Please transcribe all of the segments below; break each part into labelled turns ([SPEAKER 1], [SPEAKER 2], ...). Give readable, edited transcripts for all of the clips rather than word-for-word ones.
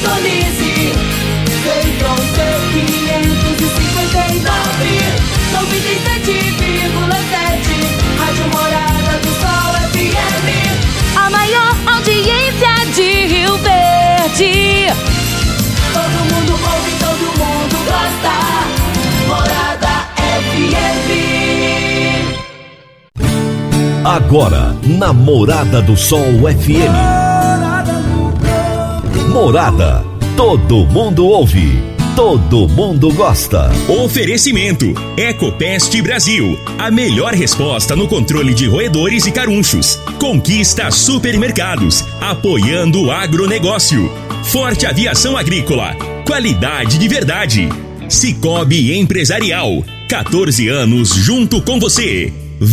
[SPEAKER 1] sintonize. Central C 559, 97,7, Rádio Morada do Sol FM. A maior audiência de Rio Verde. Todo mundo ouve, todo mundo gosta. Morada FM.
[SPEAKER 2] Agora, na Morada do Sol FM. Morada. Todo mundo ouve. Todo mundo gosta.
[SPEAKER 3] Oferecimento: Ecopest Brasil. A melhor resposta no controle de roedores e carunchos. Conquista Supermercados. Apoiando o agronegócio. Forte Aviação Agrícola. Qualidade de verdade. Cicobi Empresarial. 14 anos junto com você.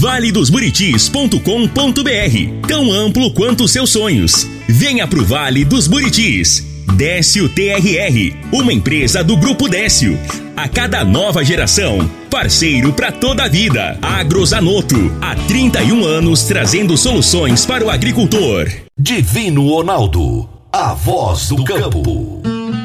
[SPEAKER 3] valedosburitis.com.br. Tão amplo quanto os seus sonhos. Venha pro Vale dos Buritis. Décio TRR, uma empresa do Grupo Décio. A cada nova geração, parceiro para toda a vida. Agrozanoto, há 31 anos trazendo soluções para o agricultor.
[SPEAKER 2] Divino Ronaldo, a voz do campo.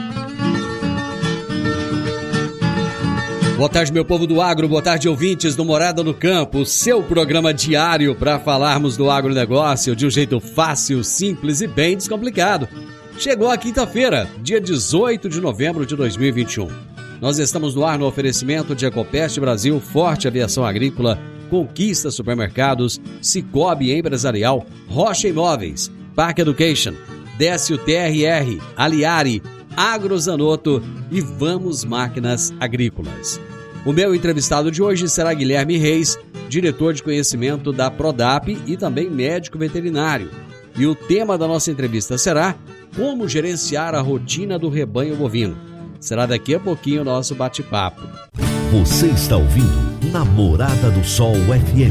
[SPEAKER 4] Boa tarde, meu povo do agro, boa tarde, ouvintes do Morada no Campo, seu programa diário para falarmos do agronegócio de um jeito fácil, simples e bem descomplicado. Chegou a quinta-feira, dia 18 de novembro de 2021. Nós estamos no ar no oferecimento de Ecopest Brasil, Forte Aviação Agrícola, Conquista Supermercados, Cicobi Empresarial, Rocha Imóveis, Park Education, Décio TRR, Aliari, Agrozanoto e Vamos Máquinas Agrícolas. O meu entrevistado de hoje será Guilherme Reis, diretor de conhecimento da Prodap e também médico veterinário. E o tema da nossa entrevista será como gerenciar a rotina do rebanho bovino. Será daqui a pouquinho o nosso bate-papo.
[SPEAKER 2] Você está ouvindo Namorada do Sol FM.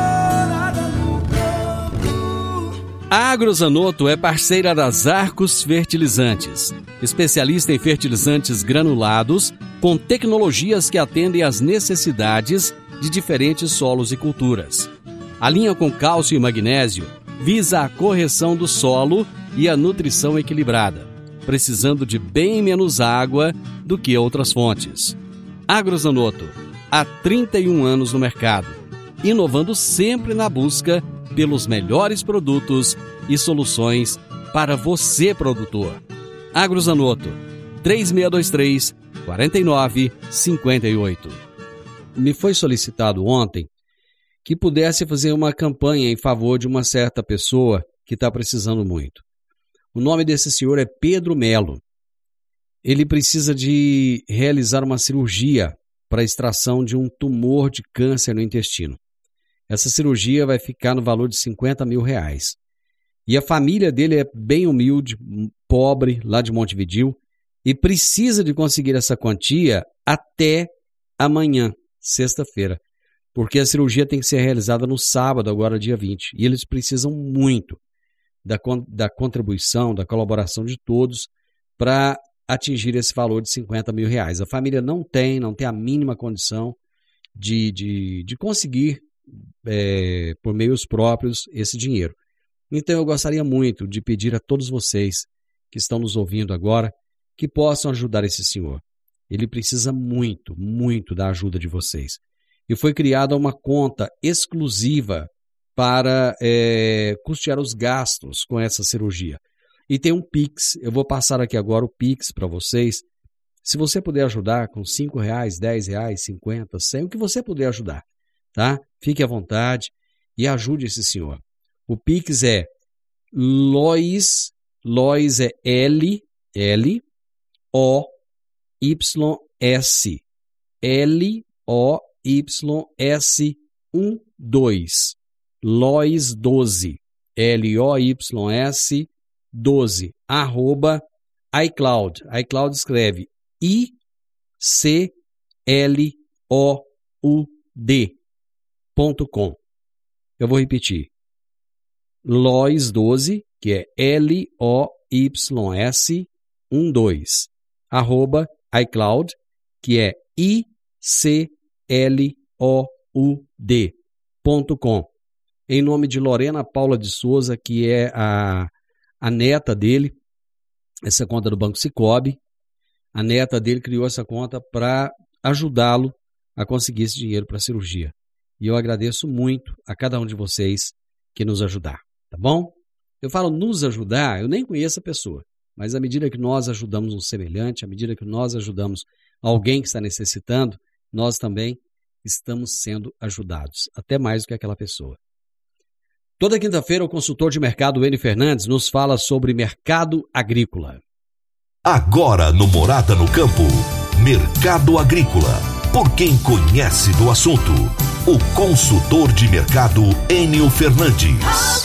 [SPEAKER 4] A Agrozanoto é parceira das Arcos Fertilizantes, especialista em fertilizantes granulados com tecnologias que atendem às necessidades de diferentes solos e culturas. A linha com cálcio e magnésio visa a correção do solo e a nutrição equilibrada, precisando de bem menos água do que outras fontes. Agrozanoto, há 31 anos no mercado, inovando sempre na busca pelos melhores produtos e soluções para você, produtor. Agrozanoto, 3623-4958. Me foi solicitado ontem que pudesse fazer uma campanha em favor de uma certa pessoa que está precisando muito. O nome desse senhor é Pedro Melo. Ele precisa de realizar uma cirurgia para a extração de um tumor de câncer no intestino. Essa cirurgia vai ficar no valor de R$50 mil. E a família dele é bem humilde, pobre, lá de Montevidéu, e precisa de conseguir essa quantia até amanhã, sexta-feira, porque a cirurgia tem que ser realizada no sábado, agora dia 20, e eles precisam muito da contribuição, da colaboração de todos para atingir esse valor de R$50 mil. A família não tem a mínima condição de conseguir, por meios próprios, esse dinheiro. Então eu gostaria muito de pedir a todos vocês que estão nos ouvindo agora que possam ajudar esse senhor. Ele precisa muito, muito da ajuda de vocês. E foi criada uma conta exclusiva para custear os gastos com essa cirurgia. E tem um Pix, eu vou passar aqui agora o Pix para vocês. Se você puder ajudar com R$5, R$10, R$50, R$100, o que você puder ajudar, tá? Fique à vontade e ajude esse senhor. O Pix é Lois é L-O-Y-S, L-O-Y-S 12, Lois 12, L-O-Y-S 12, @ iCloud. iCloud escreve ICLOUD.com. Eu vou repetir. Lois 12, que é LOYS 12, @ iCloud, que é ICLOUD.com. Em nome de Lorena Paula de Souza, que é a neta dele, essa conta do Banco Sicoob. A neta dele criou essa conta para ajudá-lo a conseguir esse dinheiro para a cirurgia. E eu agradeço muito a cada um de vocês que nos ajudar, tá bom? Eu falo nos ajudar, eu nem conheço a pessoa, mas à medida que nós ajudamos um semelhante, à medida que nós ajudamos alguém que está necessitando, nós também estamos sendo ajudados, até mais do que aquela pessoa. Toda quinta-feira, o consultor de mercado Enio Fernandes nos fala sobre mercado agrícola.
[SPEAKER 2] Agora no Morada no Campo, Mercado Agrícola. Por quem conhece do assunto, o consultor de mercado Enio Fernandes.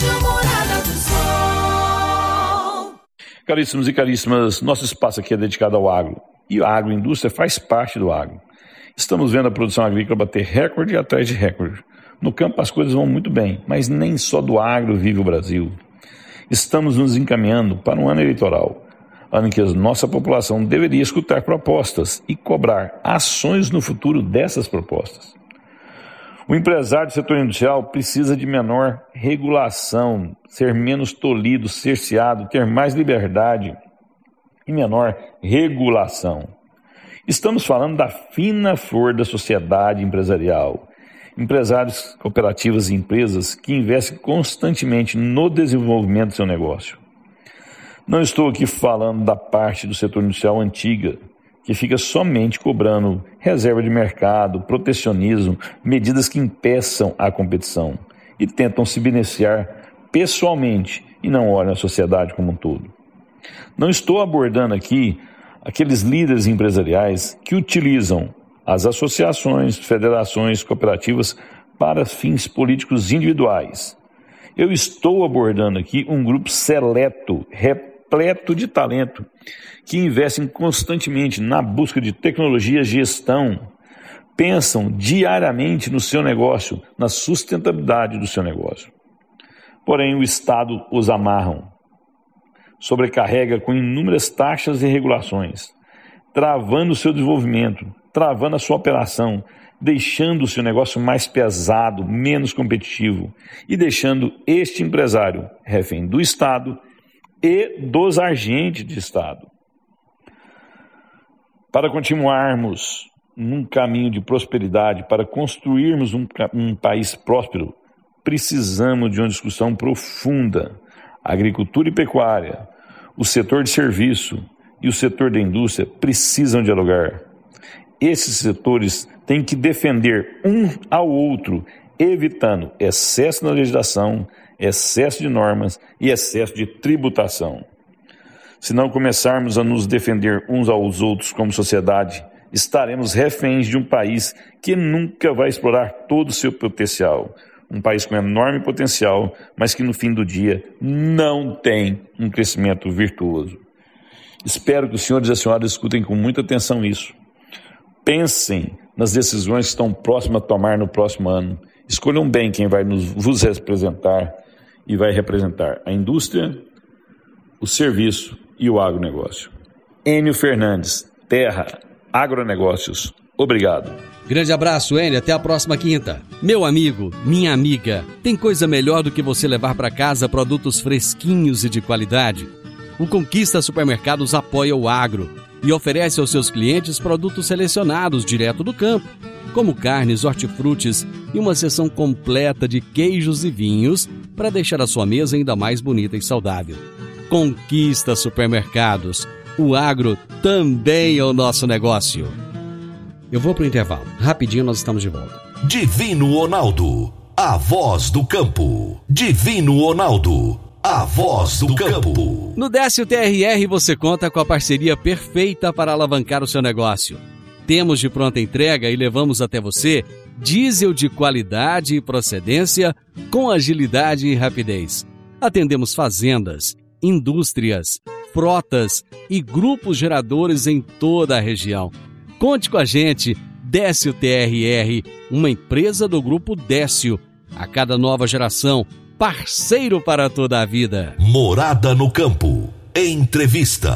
[SPEAKER 5] Caríssimos e caríssimas, nosso espaço aqui é dedicado ao agro. E a agroindústria faz parte do agro. Estamos vendo a produção agrícola bater recorde atrás de recorde. No campo as coisas vão muito bem, mas nem só do agro vive o Brasil. Estamos nos encaminhando para um ano eleitoral, ano em que a nossa população deveria escutar propostas e cobrar ações no futuro dessas propostas. O empresário do setor industrial precisa de menor regulação, ser menos tolhido, cerceado, ter mais liberdade e menor regulação. Estamos falando da fina flor da sociedade empresarial. Empresários, cooperativas e empresas que investem constantemente no desenvolvimento do seu negócio. Não estou aqui falando da parte do setor industrial antiga, que fica somente cobrando reserva de mercado, protecionismo, medidas que impeçam a competição e tentam se beneficiar pessoalmente e não olham a sociedade como um todo. Não estou abordando aqui aqueles líderes empresariais que utilizam as associações, federações, cooperativas para fins políticos individuais. Eu estou abordando aqui um grupo seleto, repleto de talento, que investem constantemente na busca de tecnologia e gestão, pensam diariamente no seu negócio, na sustentabilidade do seu negócio. Porém, o Estado os amarram, sobrecarrega com inúmeras taxas e regulações, travando o seu desenvolvimento, travando a sua operação, deixando o seu negócio mais pesado, menos competitivo e deixando este empresário refém do Estado e dos agentes de Estado. Para continuarmos num caminho de prosperidade, para construirmos um país próspero, precisamos de uma discussão profunda. A agricultura e pecuária, o setor de serviço e o setor da indústria precisam dialogar. Esses setores têm que defender um ao outro, evitando excesso na legislação, excesso de normas e excesso de tributação. Se não começarmos a nos defender uns aos outros como sociedade, estaremos reféns de um país que nunca vai explorar todo o seu potencial. Um país com enorme potencial, mas que no fim do dia não tem um crescimento virtuoso. Espero que os senhores e as senhoras escutem com muita atenção isso. Pensem nas decisões que estão próximas a tomar no próximo ano. Escolham bem quem vai vos representar e vai representar a indústria, o serviço e o agronegócio. Enio Fernandes, Terra, Agronegócios. Obrigado.
[SPEAKER 4] Grande abraço, Enio. Até a próxima quinta. Meu amigo, minha amiga, tem coisa melhor do que você levar para casa produtos fresquinhos e de qualidade? O Conquista Supermercados apoia o agro e oferece aos seus clientes produtos selecionados direto do campo, como carnes, hortifrutis e uma seção completa de queijos e vinhos para deixar a sua mesa ainda mais bonita e saudável. Conquista Supermercados. O agro também é o nosso negócio. Eu vou para o intervalo. Rapidinho nós estamos de volta.
[SPEAKER 2] Divino Ronaldo, a voz do campo. Divino Ronaldo, a voz do campo.
[SPEAKER 4] No Décio TRR você conta com a parceria perfeita para alavancar o seu negócio. Temos de pronta entrega e levamos até você diesel de qualidade e procedência com agilidade e rapidez. Atendemos fazendas, indústrias, frotas e grupos geradores em toda a região. Conte com a gente, Décio TRR, uma empresa do Grupo Décio. A cada nova geração, parceiro para toda a vida.
[SPEAKER 2] Morada no Campo. Entrevista.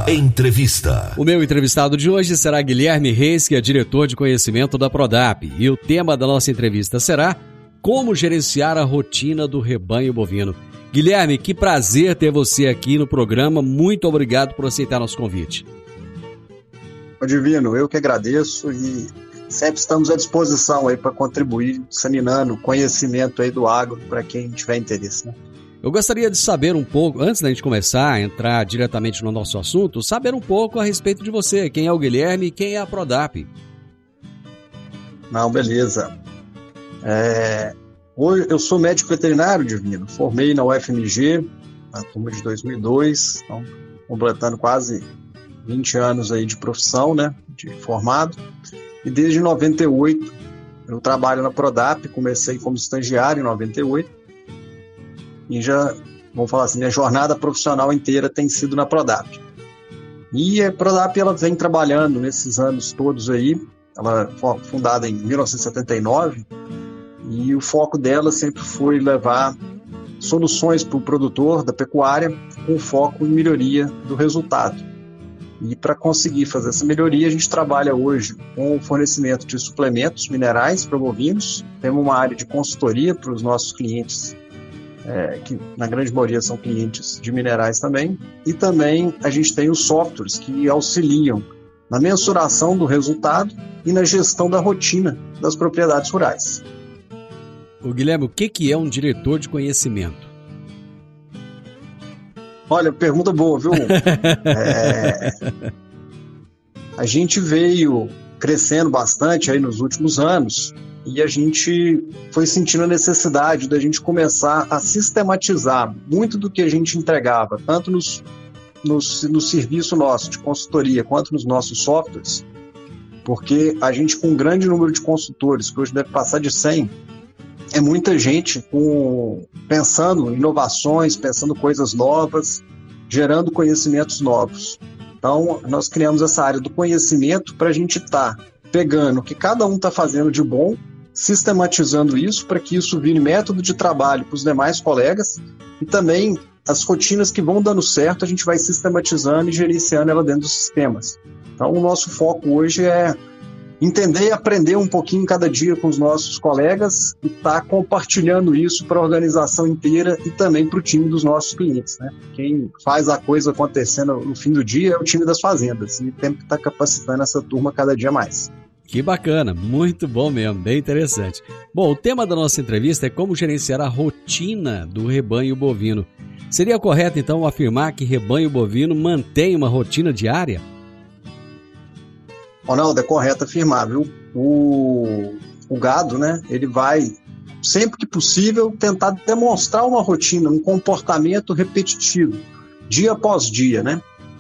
[SPEAKER 4] O meu entrevistado de hoje será Guilherme Reis, que é diretor de conhecimento da Prodap. E o tema da nossa entrevista será como gerenciar a rotina do rebanho bovino. Guilherme, que prazer ter você aqui no programa. Muito obrigado por aceitar nosso convite.
[SPEAKER 6] Divino, eu que agradeço e sempre estamos à disposição aí para contribuir, disseminando conhecimento aí do agro para quem tiver interesse, né?
[SPEAKER 4] Eu gostaria de saber um pouco, antes da gente começar a entrar diretamente no nosso assunto, saber um pouco a respeito de você, quem é o Guilherme e quem é a Prodap.
[SPEAKER 6] Não, beleza. Hoje eu sou médico veterinário, Divino, formei na UFMG, na turma de 2002, então completando quase 20 anos aí de profissão, né, de formado, e desde 98 eu trabalho na Prodap, comecei como estagiário em 98, e já, vamos falar assim, minha jornada profissional inteira tem sido na Prodap. E a Prodap, ela vem trabalhando nesses anos todos aí, ela foi fundada em 1979, e o foco dela sempre foi levar soluções para o produtor da pecuária com foco em melhoria do resultado. E para conseguir fazer essa melhoria, a gente trabalha hoje com o fornecimento de suplementos minerais para bovinos, temos uma área de consultoria para os nossos clientes, que na grande maioria são clientes de minerais também, e também a gente tem os softwares que auxiliam na mensuração do resultado e na gestão da rotina das propriedades rurais.
[SPEAKER 4] O Guilherme, o que é um diretor de conhecimento?
[SPEAKER 6] Olha, pergunta boa, viu? A gente veio crescendo bastante aí nos últimos anos e a gente foi sentindo a necessidade da gente começar a sistematizar muito do que a gente entregava, tanto no serviço nosso de consultoria quanto nos nossos softwares, porque a gente, com um grande número de consultores, que hoje deve passar de 100, é muita gente pensando em inovações, pensando coisas novas, gerando conhecimentos novos. Então, nós criamos essa área do conhecimento para a gente estar pegando o que cada um está fazendo de bom, sistematizando isso para que isso vire método de trabalho para os demais colegas e também as rotinas que vão dando certo, a gente vai sistematizando e gerenciando ela dentro dos sistemas. Então, o nosso foco hoje é entender e aprender um pouquinho cada dia com os nossos colegas e estar compartilhando isso para a organização inteira e também para o time dos nossos clientes, né? Quem faz a coisa acontecendo no fim do dia é o time das fazendas e temos que estar capacitando essa turma cada dia mais.
[SPEAKER 4] Que bacana, muito bom mesmo, bem interessante. Bom, o tema da nossa entrevista é como gerenciar a rotina do rebanho bovino. Seria correto, então, afirmar que rebanho bovino mantém uma rotina diária?
[SPEAKER 6] Ronaldo, é correto afirmar, viu? O gado, né, ele vai, sempre que possível, tentar demonstrar uma rotina, um comportamento repetitivo, dia após dia, né?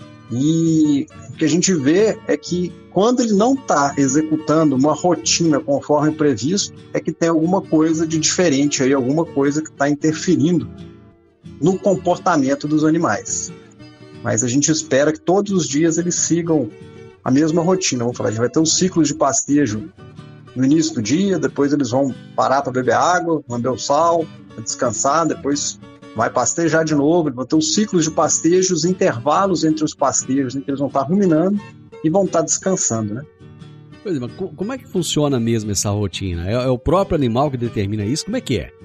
[SPEAKER 6] E o que a gente vê é que quando ele não está executando uma rotina conforme previsto, é que tem alguma coisa de diferente aí, alguma coisa que está interferindo no comportamento dos animais. Mas a gente espera que todos os dias eles sigam a mesma rotina. Vamos falar, a gente vai ter um ciclo de pastejo no início do dia, depois eles vão parar para beber água, lamber o sal, descansar, depois vai pastejar de novo, vão ter os ciclos de pastejos, intervalos entre os pastejos, em que eles vão estar ruminando e vão estar descansando, né?
[SPEAKER 4] Pois é, mas como é que funciona mesmo essa rotina? É o próprio animal que determina isso? Como é que é?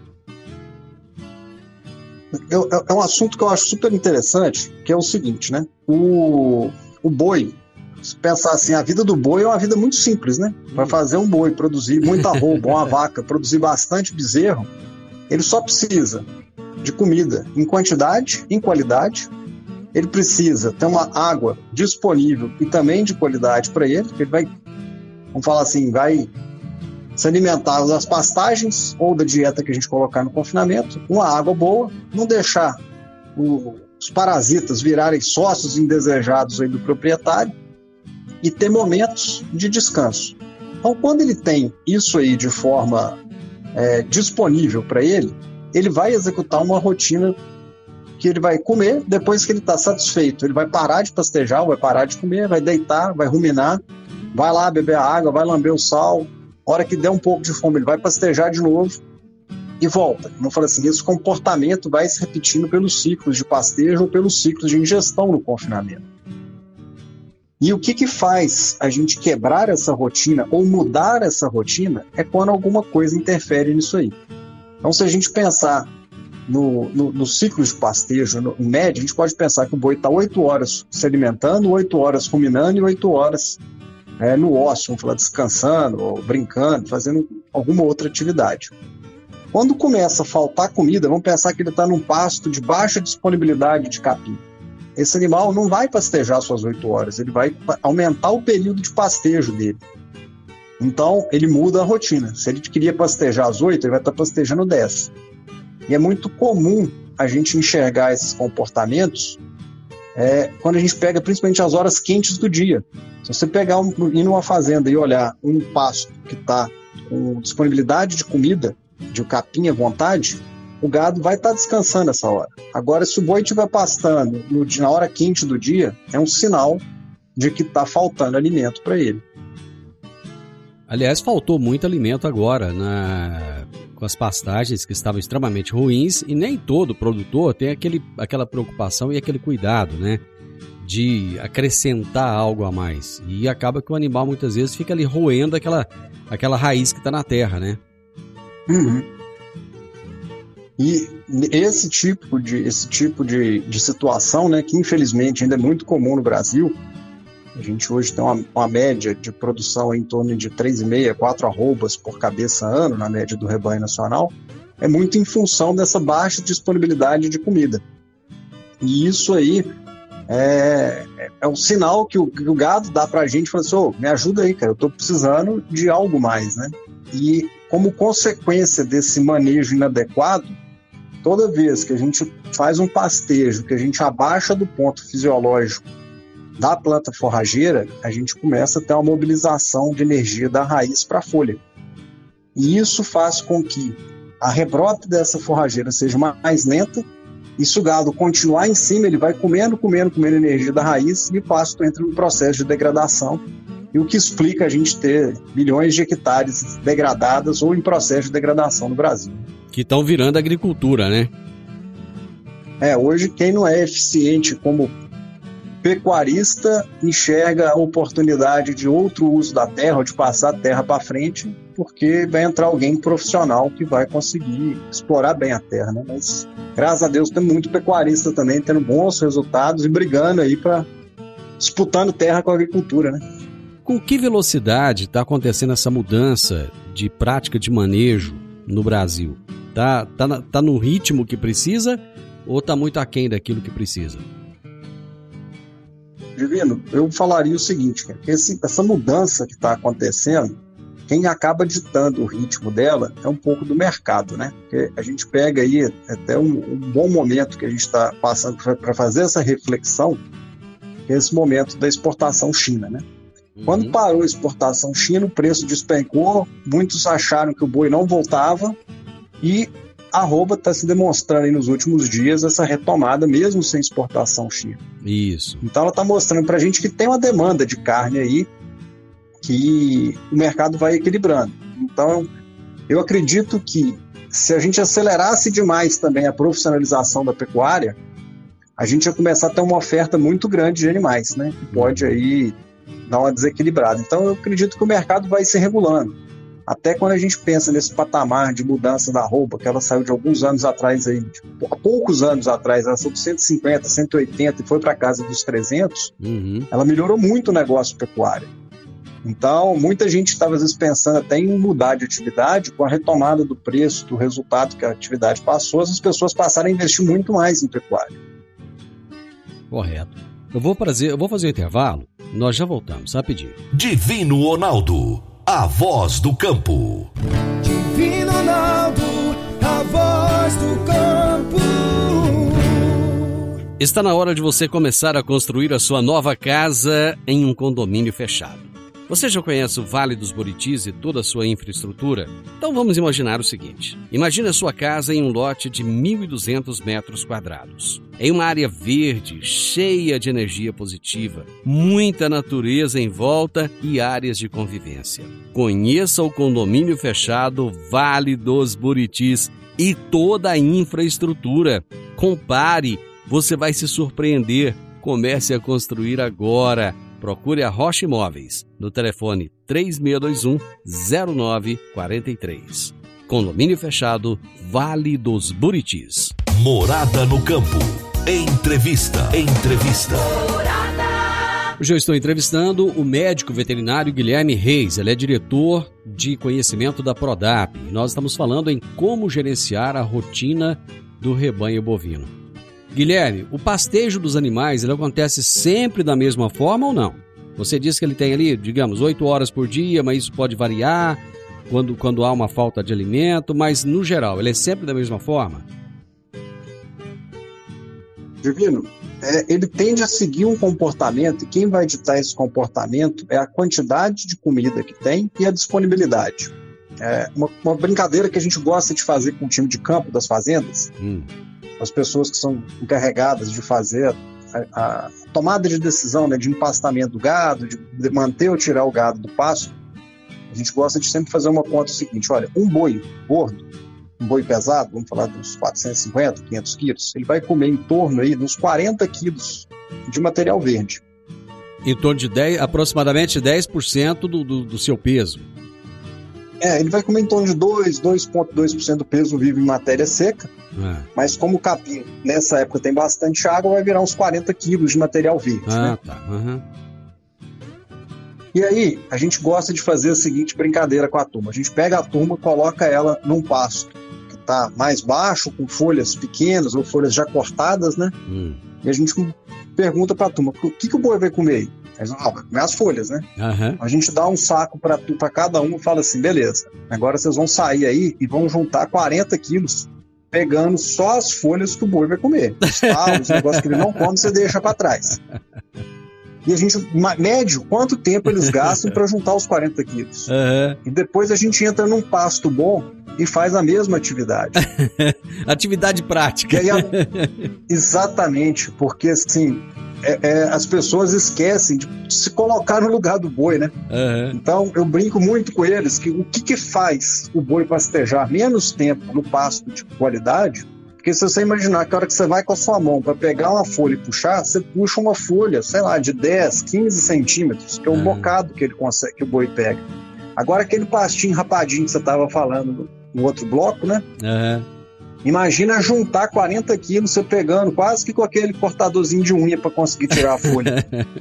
[SPEAKER 6] É um assunto que eu acho super interessante, que é o seguinte, né? O boi, se pensar assim, a vida do boi é uma vida muito simples, né? Para fazer um boi produzir muita arroba, uma vaca produzir bastante bezerro, ele só precisa de comida em quantidade, em qualidade. Ele precisa ter uma água disponível e também de qualidade para ele, porque ele vai, vamos falar assim, vai se alimentar das pastagens ou da dieta que a gente colocar no confinamento, uma água boa, não deixar os parasitas virarem sócios indesejados aí do proprietário e ter momentos de descanso. Então, quando ele tem isso aí de forma disponível para ele, ele vai executar uma rotina que ele vai comer, depois que ele está satisfeito, ele vai parar de pastejar, vai parar de comer, vai deitar, vai ruminar, vai lá beber a água, vai lamber o sal, a hora que der um pouco de fome, ele vai pastejar de novo e volta. Vamos falar assim, esse comportamento vai se repetindo pelos ciclos de pastejo ou pelos ciclos de ingestão no confinamento. E o que faz a gente quebrar essa rotina ou mudar essa rotina é quando alguma coisa interfere nisso aí. Então, se a gente pensar no ciclo de pastejo, em média, a gente pode pensar que o boi está 8 horas se alimentando, 8 horas ruminando e 8 horas no ócio, vamos falar, descansando, ou brincando, fazendo alguma outra atividade. Quando começa a faltar comida, vamos pensar que ele está num pasto de baixa disponibilidade de capim. Esse animal não vai pastejar suas 8 horas, ele vai aumentar o período de pastejo dele. Então, ele muda a rotina. Se ele queria pastejar às 8, ele vai estar pastejando 10. E é muito comum a gente enxergar esses comportamentos quando a gente pega principalmente as horas quentes do dia. Se você ir numa fazenda e olhar um pasto que está com disponibilidade de comida, de capim à vontade, o gado vai estar descansando essa hora. Agora, se o boi estiver pastando na hora quente do dia, é um sinal de que está faltando alimento para ele.
[SPEAKER 4] Aliás, faltou muito alimento agora com as pastagens que estavam extremamente ruins, e nem todo produtor tem aquela preocupação e aquele cuidado, né, de acrescentar algo a mais. E acaba que o animal muitas vezes fica ali roendo aquela raiz que está na terra, né?
[SPEAKER 6] Uhum. E esse tipo de situação, né, que infelizmente ainda é muito comum no Brasil. A gente hoje tem uma média de produção em torno de 3,5 a 4 arrobas por cabeça ano, na média do rebanho nacional, é muito em função dessa baixa disponibilidade de comida. E isso aí é um sinal que o gado dá para a gente, fala assim, me ajuda aí, cara, eu estou precisando de algo mais, né? E como consequência desse manejo inadequado, toda vez que a gente faz um pastejo, que a gente abaixa do ponto fisiológico da planta forrageira, a gente começa a ter uma mobilização de energia da raiz para a folha. E isso faz com que a rebrota dessa forrageira seja mais lenta, e se o gado continuar em cima, ele vai comendo energia da raiz, e o pasto entra no processo de degradação, e o que explica a gente ter milhões de hectares degradadas ou em processo de degradação no Brasil.
[SPEAKER 4] Que estão virando agricultura, né?
[SPEAKER 6] Hoje quem não é eficiente como pecuarista enxerga a oportunidade de outro uso da terra, ou de passar a terra para frente, porque vai entrar alguém profissional que vai conseguir explorar bem a terra, né? Mas, graças a Deus, tem muito pecuarista também tendo bons resultados e brigando aí disputando terra com a agricultura, né?
[SPEAKER 4] Com que velocidade está acontecendo essa mudança de prática de manejo no Brasil? Tá no ritmo que precisa ou está muito aquém daquilo que precisa?
[SPEAKER 6] Divino, eu falaria o seguinte, cara, que essa mudança que está acontecendo, quem acaba ditando o ritmo dela é um pouco do mercado, né? Porque a gente pega aí até um bom momento que a gente está passando para fazer essa reflexão, que é esse momento da exportação China, né? Quando parou a exportação China, o preço despencou, muitos acharam que o boi não voltava, e a arroba está se demonstrando aí nos últimos dias essa retomada, mesmo sem exportação China.
[SPEAKER 4] Isso.
[SPEAKER 6] Então ela está mostrando para a gente que tem uma demanda de carne aí, que o mercado vai equilibrando. Então eu acredito que se a gente acelerasse demais também a profissionalização da pecuária, a gente ia começar a ter uma oferta muito grande de animais, né? Que pode aí dar uma desequilibrada. Então eu acredito que o mercado vai se regulando. Até quando a gente pensa nesse patamar de mudança da arroba, que ela saiu de alguns anos atrás, aí, há poucos anos atrás, ela saiu de 150, 180 e foi para casa dos 300, ela melhorou muito o negócio pecuário. Então, muita gente estava às vezes pensando até em mudar de atividade, com a retomada do preço, do resultado que a atividade passou, as pessoas passaram a investir muito mais em pecuária.
[SPEAKER 4] Correto. Eu vou fazer um intervalo, nós já voltamos, rapidinho.
[SPEAKER 2] Divino Ronaldo, a voz do campo.
[SPEAKER 1] Divino Ronaldo, a voz do campo.
[SPEAKER 4] Está na hora de você começar a construir a sua nova casa em um condomínio fechado. Você já conhece o Vale dos Buritis e toda a sua infraestrutura? Então vamos imaginar o seguinte. Imagine a sua casa em um lote de 1.200 metros quadrados. Em uma área verde, cheia de energia positiva, muita natureza em volta e áreas de convivência. Conheça o condomínio fechado Vale dos Buritis e toda a infraestrutura. Compare, você vai se surpreender. Comece a construir agora. Procure a Rocha Imóveis no telefone 3621-0943. Condomínio fechado Vale dos Buritis.
[SPEAKER 2] Morada no Campo. Entrevista.
[SPEAKER 4] Hoje eu estou entrevistando o médico veterinário Guilherme Reis. Ele é diretor de conhecimento da Prodap. Nós estamos falando em como gerenciar a rotina do rebanho bovino. Guilherme, o pastejo dos animais, ele acontece sempre da mesma forma ou não? Você disse que ele tem ali, digamos, 8 horas por dia, mas isso pode variar quando há uma falta de alimento, mas no geral, ele é sempre da mesma forma?
[SPEAKER 6] Divino, ele tende a seguir um comportamento, e quem vai ditar esse comportamento é a quantidade de comida que tem e a disponibilidade. É uma brincadeira que a gente gosta de fazer com o time de campo das fazendas, as pessoas que são encarregadas de fazer a tomada de decisão, né, de empastamento do gado, de manter ou tirar o gado do pasto. A gente gosta de sempre fazer uma conta seguinte: olha, um boi gordo, um boi pesado, vamos falar de uns 450, 500 quilos, ele vai comer em torno aí de uns 40 quilos de material verde.
[SPEAKER 4] Em torno de aproximadamente 10% do seu peso.
[SPEAKER 6] Ele vai comer em torno de 2,2% do peso vivo em matéria seca, mas como o capim nessa época tem bastante água, vai virar uns 40 quilos de material verde. Né?
[SPEAKER 4] Tá. Uhum.
[SPEAKER 6] E aí, a gente gosta de fazer a seguinte brincadeira com a turma. A gente pega a turma, coloca ela num pasto que está mais baixo, com folhas pequenas ou folhas já cortadas, né? E a gente pergunta para a turma, o que o boi vai comer aí? Eles vão comer as folhas, né?
[SPEAKER 4] Uhum.
[SPEAKER 6] A gente dá um saco para cada um e fala assim, beleza, agora vocês vão sair aí e vão juntar 40 quilos pegando só as folhas que o boi vai comer. Os negócios que ele não come, você deixa para trás. E a gente mede quanto tempo eles gastam para juntar os 40 quilos.
[SPEAKER 4] Uhum.
[SPEAKER 6] E depois a gente entra num pasto bom e faz a mesma atividade.
[SPEAKER 4] Atividade prática.
[SPEAKER 6] E aí, exatamente, porque assim, as pessoas esquecem de se colocar no lugar do boi, né?
[SPEAKER 4] Uhum.
[SPEAKER 6] Então eu brinco muito com eles que o que faz o boi pastejar menos tempo no pasto de qualidade. Porque se você imaginar que a hora que você vai com a sua mão para pegar uma folha e puxar, você puxa uma folha, sei lá, de 10, 15 centímetros, que é um bocado que que o boi pega. Agora aquele pastinho rapadinho que você estava falando no outro bloco, né?
[SPEAKER 4] Uhum.
[SPEAKER 6] Imagina juntar 40 quilos, você pegando quase que com aquele cortadorzinho de unha para conseguir tirar a folha.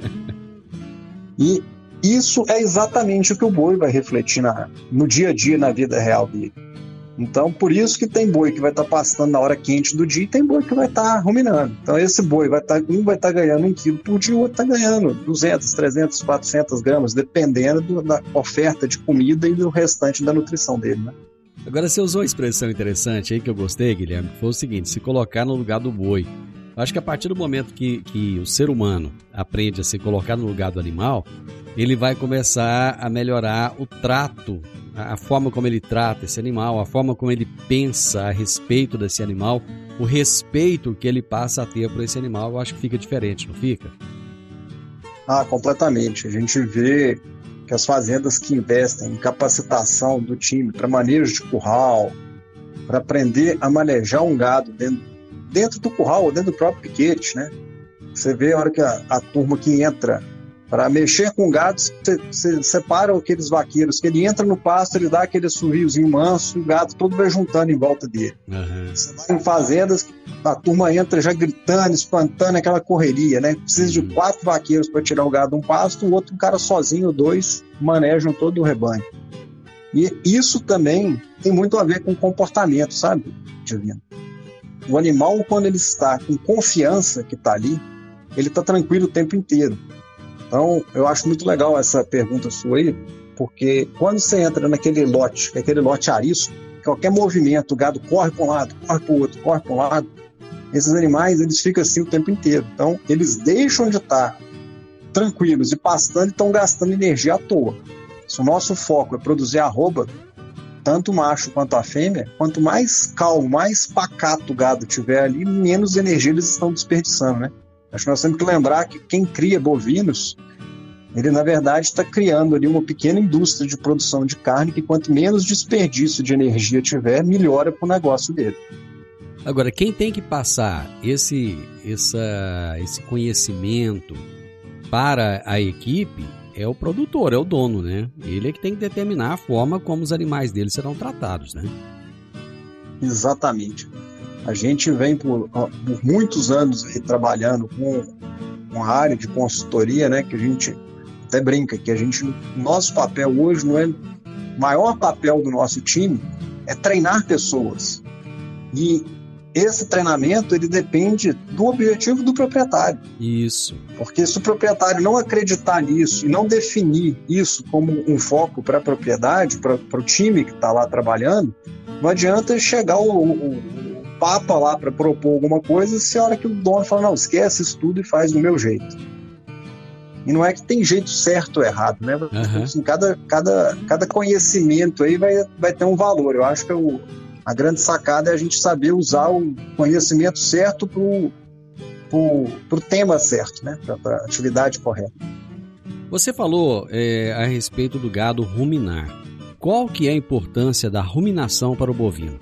[SPEAKER 6] E isso é exatamente o que o boi vai refletir no dia a dia, na vida real dele. Então, por isso que tem boi que vai estar pastando na hora quente do dia e tem boi que vai estar ruminando. Então, esse boi vai estar ganhando 1 quilo por dia, o outro está ganhando 200, 300, 400 gramas, dependendo da oferta de comida e do restante da nutrição dele, né?
[SPEAKER 4] Agora, você usou uma expressão interessante aí que eu gostei, Guilherme, que foi o seguinte: se colocar no lugar do boi. Eu acho que a partir do momento que o ser humano aprende a se colocar no lugar do animal, ele vai começar a melhorar o trato, a forma como ele trata esse animal, a forma como ele pensa a respeito desse animal, o respeito que ele passa a ter por esse animal. Eu acho que fica diferente, não fica?
[SPEAKER 6] Completamente. A gente vê que as fazendas que investem em capacitação do time para manejo de curral, para aprender a manejar um gado dentro do curral ou dentro do próprio piquete, né? Você vê a hora que a turma que entra para mexer com gado, você separa aqueles vaqueiros, que ele entra no pasto, ele dá aquele sorriozinho manso, o gado todo vai juntando em volta dele.
[SPEAKER 4] Uhum.
[SPEAKER 6] Você vai em fazendas, a turma entra já gritando, espantando, aquela correria, né? Precisa de 4 vaqueiros para tirar o gado de um pasto, o outro um cara sozinho, 2 manejam todo o rebanho. E isso também tem muito a ver com comportamento, sabe, Divino? O animal, quando ele está com confiança que está ali, ele está tranquilo o tempo inteiro. Então, eu acho muito legal essa pergunta sua aí, porque quando você entra naquele lote, aquele lote arisco, qualquer movimento, o gado corre para um lado, corre para o outro, corre para um lado, esses animais, eles ficam assim o tempo inteiro. Então, eles deixam de estar tranquilos e pastando e estão gastando energia à toa. Se o nosso foco é produzir arroba, tanto o macho quanto a fêmea, quanto mais calmo, mais pacato o gado tiver ali, menos energia eles estão desperdiçando, né? Acho que nós temos que lembrar que quem cria bovinos, ele na verdade está criando ali uma pequena indústria de produção de carne que quanto menos desperdício de energia tiver, melhora para o negócio dele.
[SPEAKER 4] Agora, quem tem que passar esse conhecimento para a equipe é o produtor, é o dono, né? Ele é que tem que determinar a forma como os animais dele serão tratados, né?
[SPEAKER 6] Exatamente. A gente vem por muitos anos aí trabalhando com uma área de consultoria, né, que a gente até brinca, que nosso papel hoje não é... O maior papel do nosso time é treinar pessoas. E esse treinamento, ele depende do objetivo do proprietário.
[SPEAKER 4] Isso.
[SPEAKER 6] Porque se o proprietário não acreditar nisso e não definir isso como um foco para a propriedade, para o time que está lá trabalhando, não adianta chegar o papa lá para propor alguma coisa se a hora que o dono fala, não, esquece isso tudo e faz do meu jeito. E não é que tem jeito certo ou errado, né?
[SPEAKER 4] Uhum.
[SPEAKER 6] Assim, cada conhecimento aí vai ter um valor. Eu acho que a grande sacada é a gente saber usar o conhecimento certo pro tema certo, né? Para a atividade correta.
[SPEAKER 4] Você falou a respeito do gado ruminar. Qual que é a importância da ruminação para o bovino?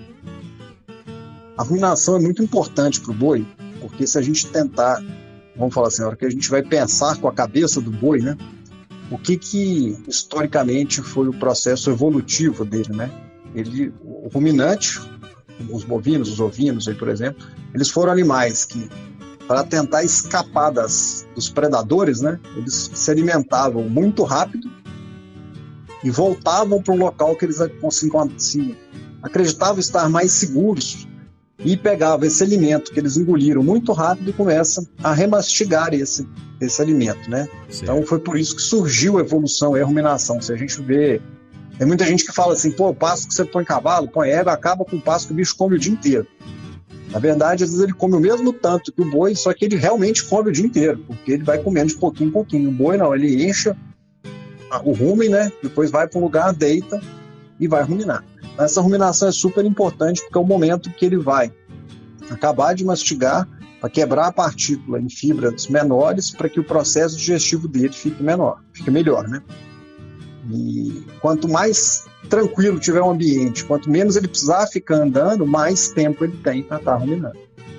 [SPEAKER 6] A ruminação é muito importante para o boi, porque se a gente tentar, vamos falar assim, a hora que a gente vai pensar com a cabeça do boi, né? O que historicamente foi o processo evolutivo dele, né? O ruminante, os bovinos, os ovinos, aí, por exemplo, eles foram animais que, para tentar escapar dos predadores, né? Eles se alimentavam muito rápido e voltavam para um local que eles acreditavam estar mais seguros e pegavam esse alimento que eles engoliram muito rápido e começam a remastigar esse alimento, né? Certo. Então foi por isso que surgiu a evolução e a ruminação. Se a gente vê, tem muita gente que fala assim, pô, o pasto que você põe cavalo, põe égua, acaba com o pasto que o bicho come o dia inteiro. Na verdade, às vezes ele come o mesmo tanto que o boi, só que ele realmente come o dia inteiro, porque ele vai comendo de pouquinho em pouquinho. O boi não, ele enche o rumen, né? Depois vai para um lugar, deita e vai ruminar. Essa ruminação é super importante porque é o momento que ele vai acabar de mastigar para quebrar a partícula em fibras menores para que o processo digestivo dele fique melhor, né? E quanto mais tranquilo tiver o ambiente, quanto menos ele precisar ficar andando, mais tempo ele tem para estar ruminando.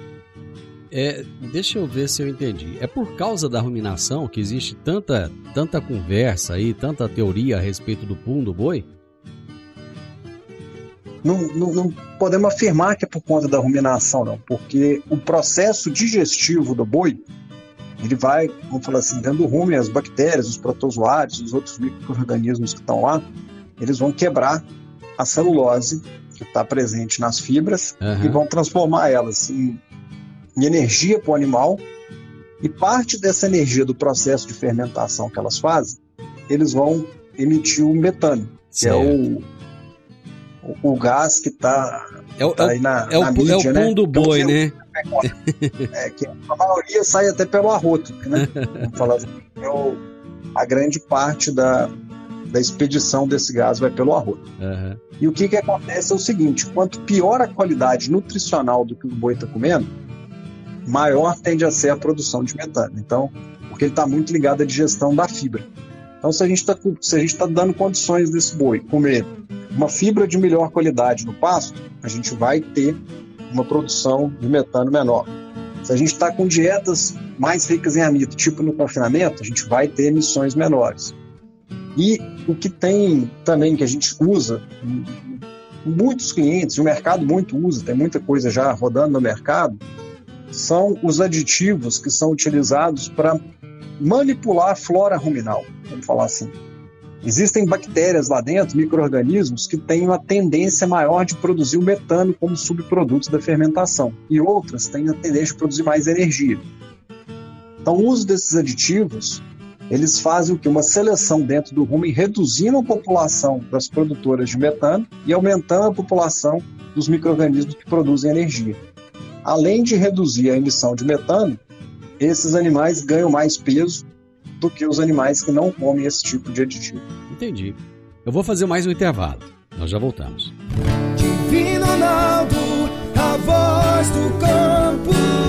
[SPEAKER 4] Deixa eu ver se eu entendi. É por causa da ruminação que existe tanta conversa aí, tanta teoria a respeito do pum do boi?
[SPEAKER 6] Não podemos afirmar que é por conta da ruminação, não, porque o processo digestivo do boi, ele vai, vamos falar assim, dentro do rumen, as bactérias, os protozoários, os outros micro-organismos que estão lá, eles vão quebrar a celulose que está presente nas fibras e vão transformar elas em energia para o animal, e parte dessa energia do processo de fermentação que elas fazem, eles vão emitir o metano, que é o gás que está aí na mídia,
[SPEAKER 4] é o pum do boi, né?
[SPEAKER 6] Que a maioria sai até pelo arroto, né? Vamos falar assim, a grande parte da expedição desse gás vai pelo arroto. E o que acontece é o seguinte, quanto pior a qualidade nutricional do que o boi está comendo, maior tende a ser a produção de metano. Então, porque ele está muito ligado à digestão da fibra. Então, se a gente está dando condições desse boi comer uma fibra de melhor qualidade no pasto, a gente vai ter uma produção de metano menor. Se a gente está com dietas mais ricas em amido, tipo no confinamento, a gente vai ter emissões menores. E o que tem também que a gente usa, muitos clientes, e o mercado muito usa, tem muita coisa já rodando no mercado, são os aditivos que são utilizados para manipular a flora ruminal, vamos falar assim. Existem bactérias lá dentro, micro-organismos, que têm uma tendência maior de produzir o metano como subprodutos da fermentação, e outras têm a tendência de produzir mais energia. Então, o uso desses aditivos, eles fazem o quê? Uma seleção dentro do rumen, reduzindo a população das produtoras de metano e aumentando a população dos micro-organismos que produzem energia. Além de reduzir a emissão de metano, esses animais ganham mais peso do que os animais que não comem esse tipo de aditivo.
[SPEAKER 4] Entendi. Eu vou fazer mais um intervalo. Nós já voltamos.
[SPEAKER 1] Divino Ronaldo, a voz do campo.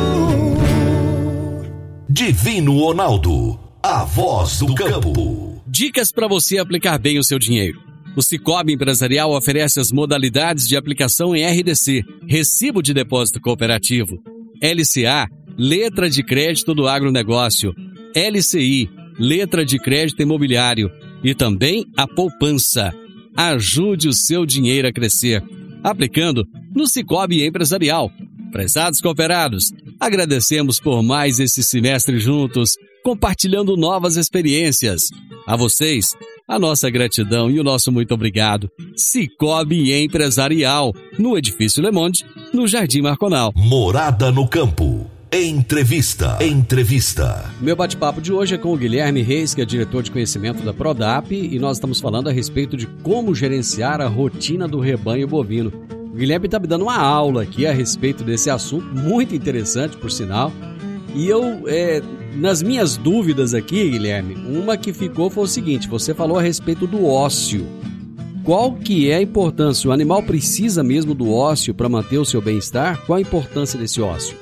[SPEAKER 2] Divino Ronaldo, a voz do campo.
[SPEAKER 4] Dicas para você aplicar bem o seu dinheiro. O Sicoob Empresarial oferece as modalidades de aplicação em RDC, Recibo de Depósito Cooperativo, LCA, Letra de Crédito do Agronegócio, LCI, Letra de Crédito Imobiliário e também a poupança. Ajude o seu dinheiro a crescer, aplicando no Sicoob Empresarial. Prezados cooperados, agradecemos por mais esse semestre juntos, compartilhando novas experiências. A vocês, a nossa gratidão e o nosso muito obrigado. Cicobi Empresarial, no Edifício Le Monde, no Jardim Marconal.
[SPEAKER 2] Morada no Campo. Entrevista.
[SPEAKER 4] Meu bate-papo de hoje é com o Guilherme Reis, que é diretor de conhecimento da Prodap, e nós estamos falando a respeito de como gerenciar a rotina do rebanho bovino. O Guilherme está me dando uma aula aqui a respeito desse assunto, muito interessante, por sinal. E eu, nas minhas dúvidas aqui, Guilherme, uma que ficou foi o seguinte: você falou a respeito do ócio. Qual que é a importância? O animal precisa mesmo do ócio para manter o seu bem-estar? Qual a importância desse ócio?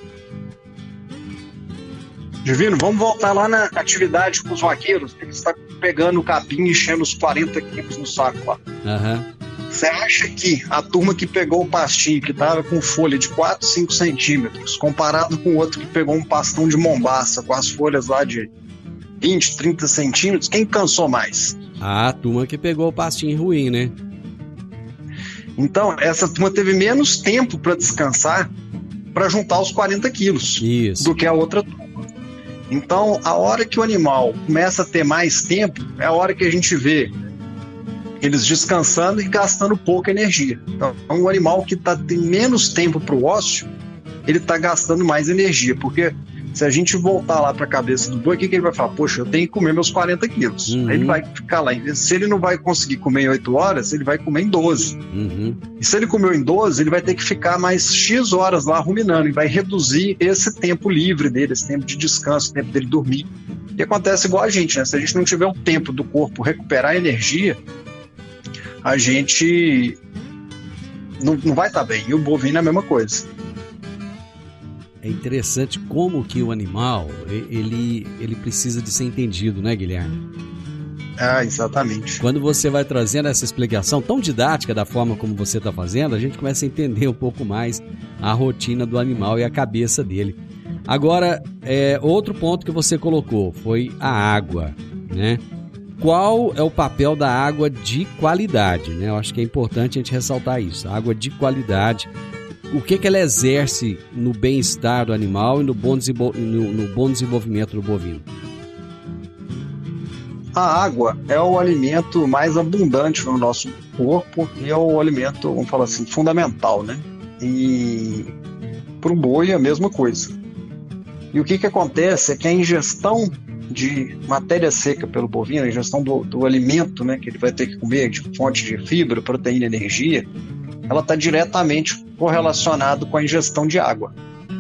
[SPEAKER 6] Divino, vamos voltar lá na atividade com os vaqueiros. Eles estão pegando o capim e enchendo os 40 quilos no saco lá. Você acha que a turma que pegou o pastinho, que estava com folha de 4, 5 centímetros, comparado com o outro que pegou um pastão de mombaça com as folhas lá de 20, 30 centímetros, quem cansou mais?
[SPEAKER 4] A turma que pegou o pastinho ruim, né?
[SPEAKER 6] Então, essa turma teve menos tempo para descansar, para juntar os 40 quilos do que a outra turma. Então, a hora que o animal começa a ter mais tempo, é a hora que a gente vê eles descansando e gastando pouca energia. Então, um animal que tem menos tempo para o ócio, ele está gastando mais energia, porque se a gente voltar lá para a cabeça do boi, o que ele vai falar? Poxa, eu tenho que comer meus 40 quilos. Aí ele vai ficar lá. Se ele não vai conseguir comer em 8 horas, ele vai comer em 12. E se ele comeu em 12, ele vai ter que ficar mais X horas lá ruminando e vai reduzir esse tempo livre dele, esse tempo de descanso, o tempo dele dormir. E acontece igual a gente, né? Se a gente não tiver um tempo do corpo recuperar a energia, a gente não vai estar bem. E o bovino é a mesma coisa.
[SPEAKER 4] É interessante como que o animal, ele precisa de ser entendido, né, Guilherme?
[SPEAKER 6] Exatamente.
[SPEAKER 4] Quando você vai trazendo essa explicação tão didática da forma como você está fazendo, a gente começa a entender um pouco mais a rotina do animal e a cabeça dele. Agora, outro ponto que você colocou foi a água, né? Qual é o papel da água de qualidade, né? Eu acho que é importante a gente ressaltar isso. A água de qualidade. O que ela exerce no bem-estar do animal e no bom desenvolvimento do bovino?
[SPEAKER 6] A água é o alimento mais abundante no nosso corpo e é o alimento, vamos falar assim, fundamental, né? E para o boi é a mesma coisa. E o que acontece é que a ingestão de matéria seca pelo bovino, a ingestão do alimento, né, que ele vai ter que comer, de fonte de fibra, proteína, energia, ela está diretamente correlacionada com a ingestão de água.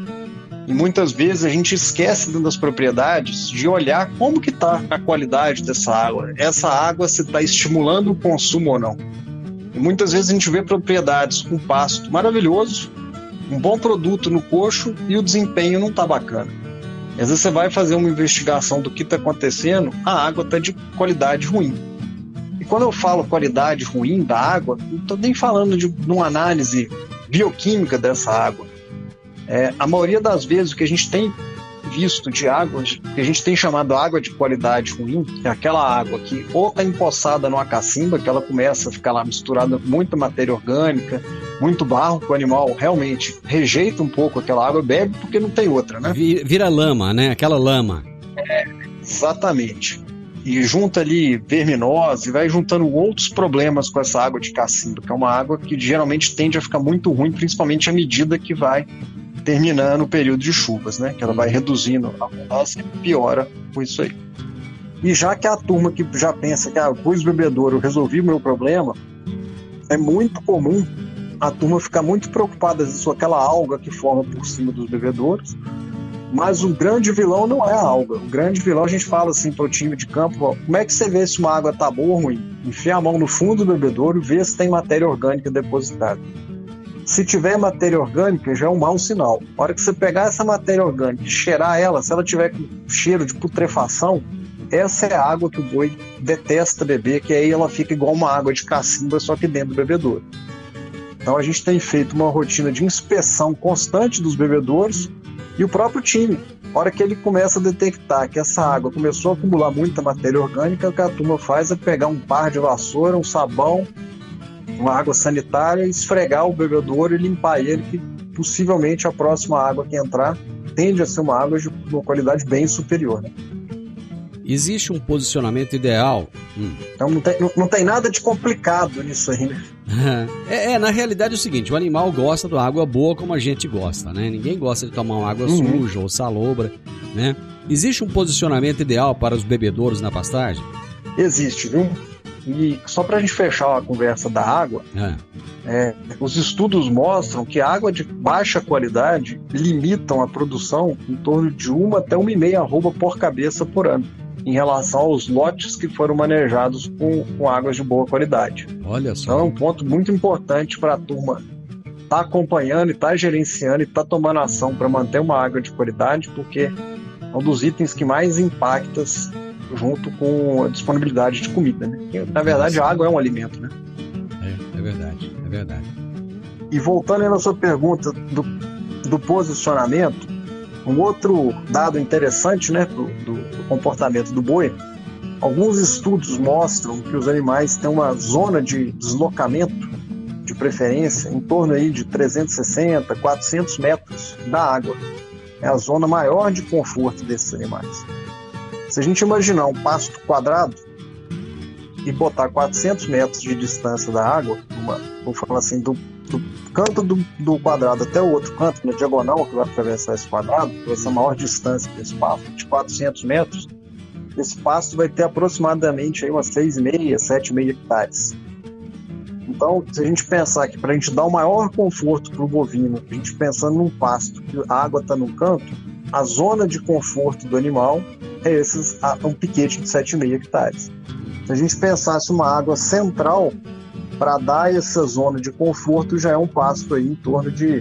[SPEAKER 6] E muitas vezes a gente esquece dentro das propriedades de olhar como que está a qualidade dessa água. Essa água se está estimulando o consumo ou não. E muitas vezes a gente vê propriedades com pasto maravilhoso, um bom produto no coxo e o desempenho não está bacana. E às vezes você vai fazer uma investigação do que está acontecendo, a água está de qualidade ruim. E quando eu falo qualidade ruim da água, não estou nem falando de uma análise bioquímica dessa água. A maioria das vezes o que a gente tem visto de água, que a gente tem chamado água de qualidade ruim, é aquela água que ou está empoçada numa cacimba, que ela começa a ficar lá misturada com muita matéria orgânica, muito barro, que o animal realmente rejeita um pouco aquela água, bebe porque não tem outra, né?
[SPEAKER 4] Vira lama, né? Aquela lama.
[SPEAKER 6] Exatamente. E junta ali verminose, e vai juntando outros problemas com essa água de cacimba, que é uma água que geralmente tende a ficar muito ruim, principalmente à medida que vai terminando o período de chuvas, né? Que ela vai reduzindo a abundância e piora com isso aí. E já que a turma que já pensa que pus o bebedouro, eu resolvi o meu problema, é muito comum a turma ficar muito preocupada com aquela alga que forma por cima dos bebedouros, mas o grande vilão não é a alga. O grande vilão, a gente fala assim para o time de campo, como é que você vê se uma água está boa ou ruim? Enfia a mão no fundo do bebedouro e vê se tem matéria orgânica depositada. Se tiver matéria orgânica, já é um mau sinal. A hora que você pegar essa matéria orgânica e cheirar ela, se ela tiver com cheiro de putrefação, essa é a água que o boi detesta beber, que aí ela fica igual uma água de cacimba, só que dentro do bebedouro. Então a gente tem feito uma rotina de inspeção constante dos bebedouros e o próprio time. A hora que ele começa a detectar que essa água começou a acumular muita matéria orgânica, o que a turma faz é pegar um par de vassoura, um sabão, uma água sanitária, esfregar o bebedouro e limpar ele, que possivelmente a próxima água que entrar tende a ser uma água de uma qualidade bem superior, né?
[SPEAKER 4] Existe um posicionamento ideal?
[SPEAKER 6] Então não tem nada de complicado nisso aí, né?
[SPEAKER 4] Na realidade é o seguinte, o animal gosta de água boa como a gente gosta, né? Ninguém gosta de tomar uma água suja ou salobra, né? Existe um posicionamento ideal para os bebedouros na pastagem?
[SPEAKER 6] Existe, viu? E só para a gente fechar a conversa da água, os estudos mostram que a água de baixa qualidade limitam a produção em torno de 1 até 1,5 arroba por cabeça por ano, em relação aos lotes que foram manejados com águas de boa qualidade.
[SPEAKER 4] Olha só.
[SPEAKER 6] Então é um ponto muito importante para a turma estar acompanhando, estar gerenciando e estar tomando ação para manter uma água de qualidade, porque é um dos itens que mais impacta junto com a disponibilidade de comida, né? Porque, na verdade, a água é um alimento, né?
[SPEAKER 4] É verdade.
[SPEAKER 6] E voltando aí na sua pergunta do posicionamento, um outro dado interessante, né, do comportamento do boi, alguns estudos mostram que os animais têm uma zona de deslocamento, de preferência, em torno aí de 360, 400 metros da água. É a zona maior de conforto desses animais. Se a gente imaginar um pasto quadrado e botar 400 metros de distância da água, vou falar assim, do canto do quadrado até o outro canto, na diagonal que vai atravessar esse quadrado, essa maior distância desse pasto, de 400 metros, esse pasto vai ter aproximadamente aí umas 6,5, 7,5 hectares. Então, se a gente pensar que para a gente dar o maior conforto para o bovino, a gente pensando num pasto que a água está num canto, a zona de conforto do animal é um piquete de 7,5 hectares. Se a gente pensasse uma água central, para dar essa zona de conforto já é um pasto aí em torno de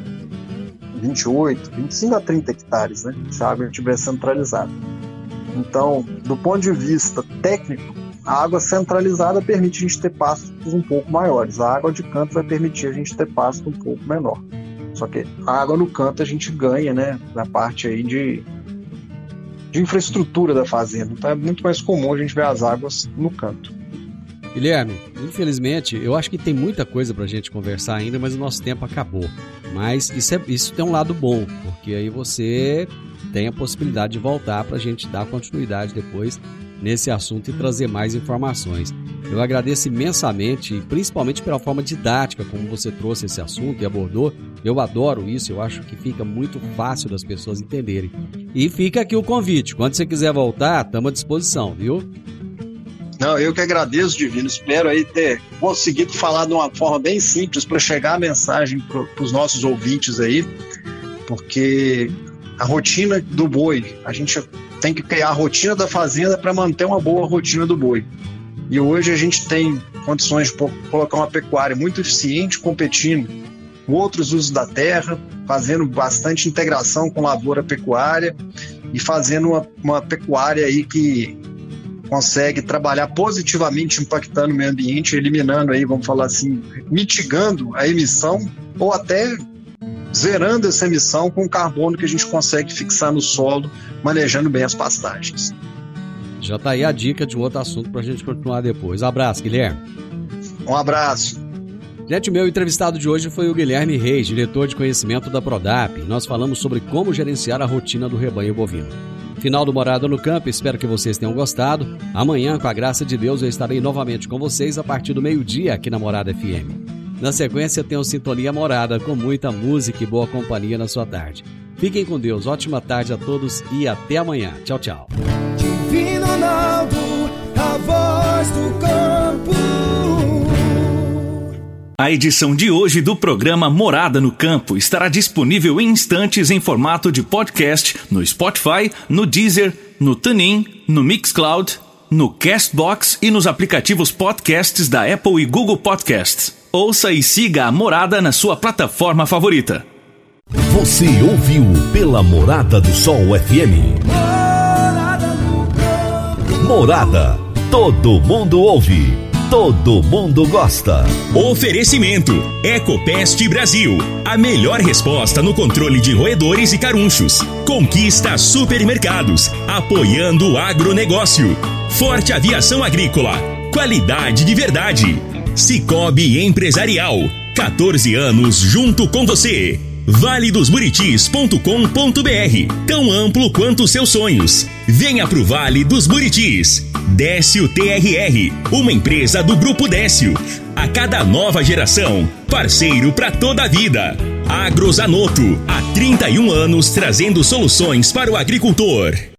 [SPEAKER 6] 28, 25 a 30 hectares, né? Se a água estiver centralizada. Então, do ponto de vista técnico, a água centralizada permite a gente ter pastos um pouco maiores. A água de canto vai permitir a gente ter pasto um pouco menor. Só que a água no canto a gente ganha, né? Na parte aí de infraestrutura da fazenda. Então é muito mais comum a gente ver as águas no canto.
[SPEAKER 4] Guilherme, infelizmente, eu acho que tem muita coisa pra gente conversar ainda, mas o nosso tempo acabou. Mas isso tem um lado bom, porque aí você tem a possibilidade de voltar pra gente dar continuidade depois nesse assunto e trazer mais informações. Eu agradeço imensamente, principalmente pela forma didática como você trouxe esse assunto e abordou. Eu adoro isso, eu acho que fica muito fácil das pessoas entenderem. E fica aqui o convite, quando você quiser voltar, estamos à disposição, viu?
[SPEAKER 6] Não, eu que agradeço, Divino. Espero aí ter conseguido falar de uma forma bem simples para chegar a mensagem para os nossos ouvintes aí, porque a rotina do boi, a gente tem que criar a rotina da fazenda para manter uma boa rotina do boi. E hoje a gente tem condições de colocar uma pecuária muito eficiente, competindo com outros usos da terra, fazendo bastante integração com lavoura-pecuária e fazendo uma pecuária aí que consegue trabalhar positivamente, impactando o meio ambiente, eliminando aí, vamos falar assim, mitigando a emissão ou até zerando essa emissão com o carbono que a gente consegue fixar no solo, manejando bem as pastagens.
[SPEAKER 4] Já está aí a dica de um outro assunto para a gente continuar depois. Abraço, Guilherme.
[SPEAKER 6] Um abraço.
[SPEAKER 4] Gente, o meu entrevistado de hoje foi o Guilherme Reis, diretor de conhecimento da Prodap. Nós falamos sobre como gerenciar a rotina do rebanho bovino. Final do Morada no Campo, espero que vocês tenham gostado. Amanhã, com a graça de Deus, eu estarei novamente com vocês a partir do meio-dia aqui na Morada FM. Na sequência, tenho Sintonia Morada, com muita música e boa companhia na sua tarde. Fiquem com Deus, ótima tarde a todos e até amanhã. Tchau, tchau.
[SPEAKER 1] Divino Ronaldo, a voz do campo.
[SPEAKER 3] A edição de hoje do programa Morada no Campo estará disponível em instantes em formato de podcast no Spotify, no Deezer, no TuneIn, no Mixcloud, no Castbox e nos aplicativos podcasts da Apple e Google Podcasts. Ouça e siga a Morada na sua plataforma favorita.
[SPEAKER 2] Você ouviu pela Morada do Sol FM. Morada. Todo mundo ouve. Todo mundo gosta.
[SPEAKER 3] Oferecimento: Ecopest Brasil. A melhor resposta no controle de roedores e carunchos. Conquista Supermercados. Apoiando o agronegócio. Forte Aviação Agrícola. Qualidade de verdade. Cicobi Empresarial. 14 anos junto com você. valedosburitis.com.br, tão amplo quanto seus sonhos. Venha pro Vale dos Buritis. Décio TRR, uma empresa do Grupo Décio. A cada nova geração, parceiro para toda a vida. Agrozanoto, há 31 anos trazendo soluções para o agricultor.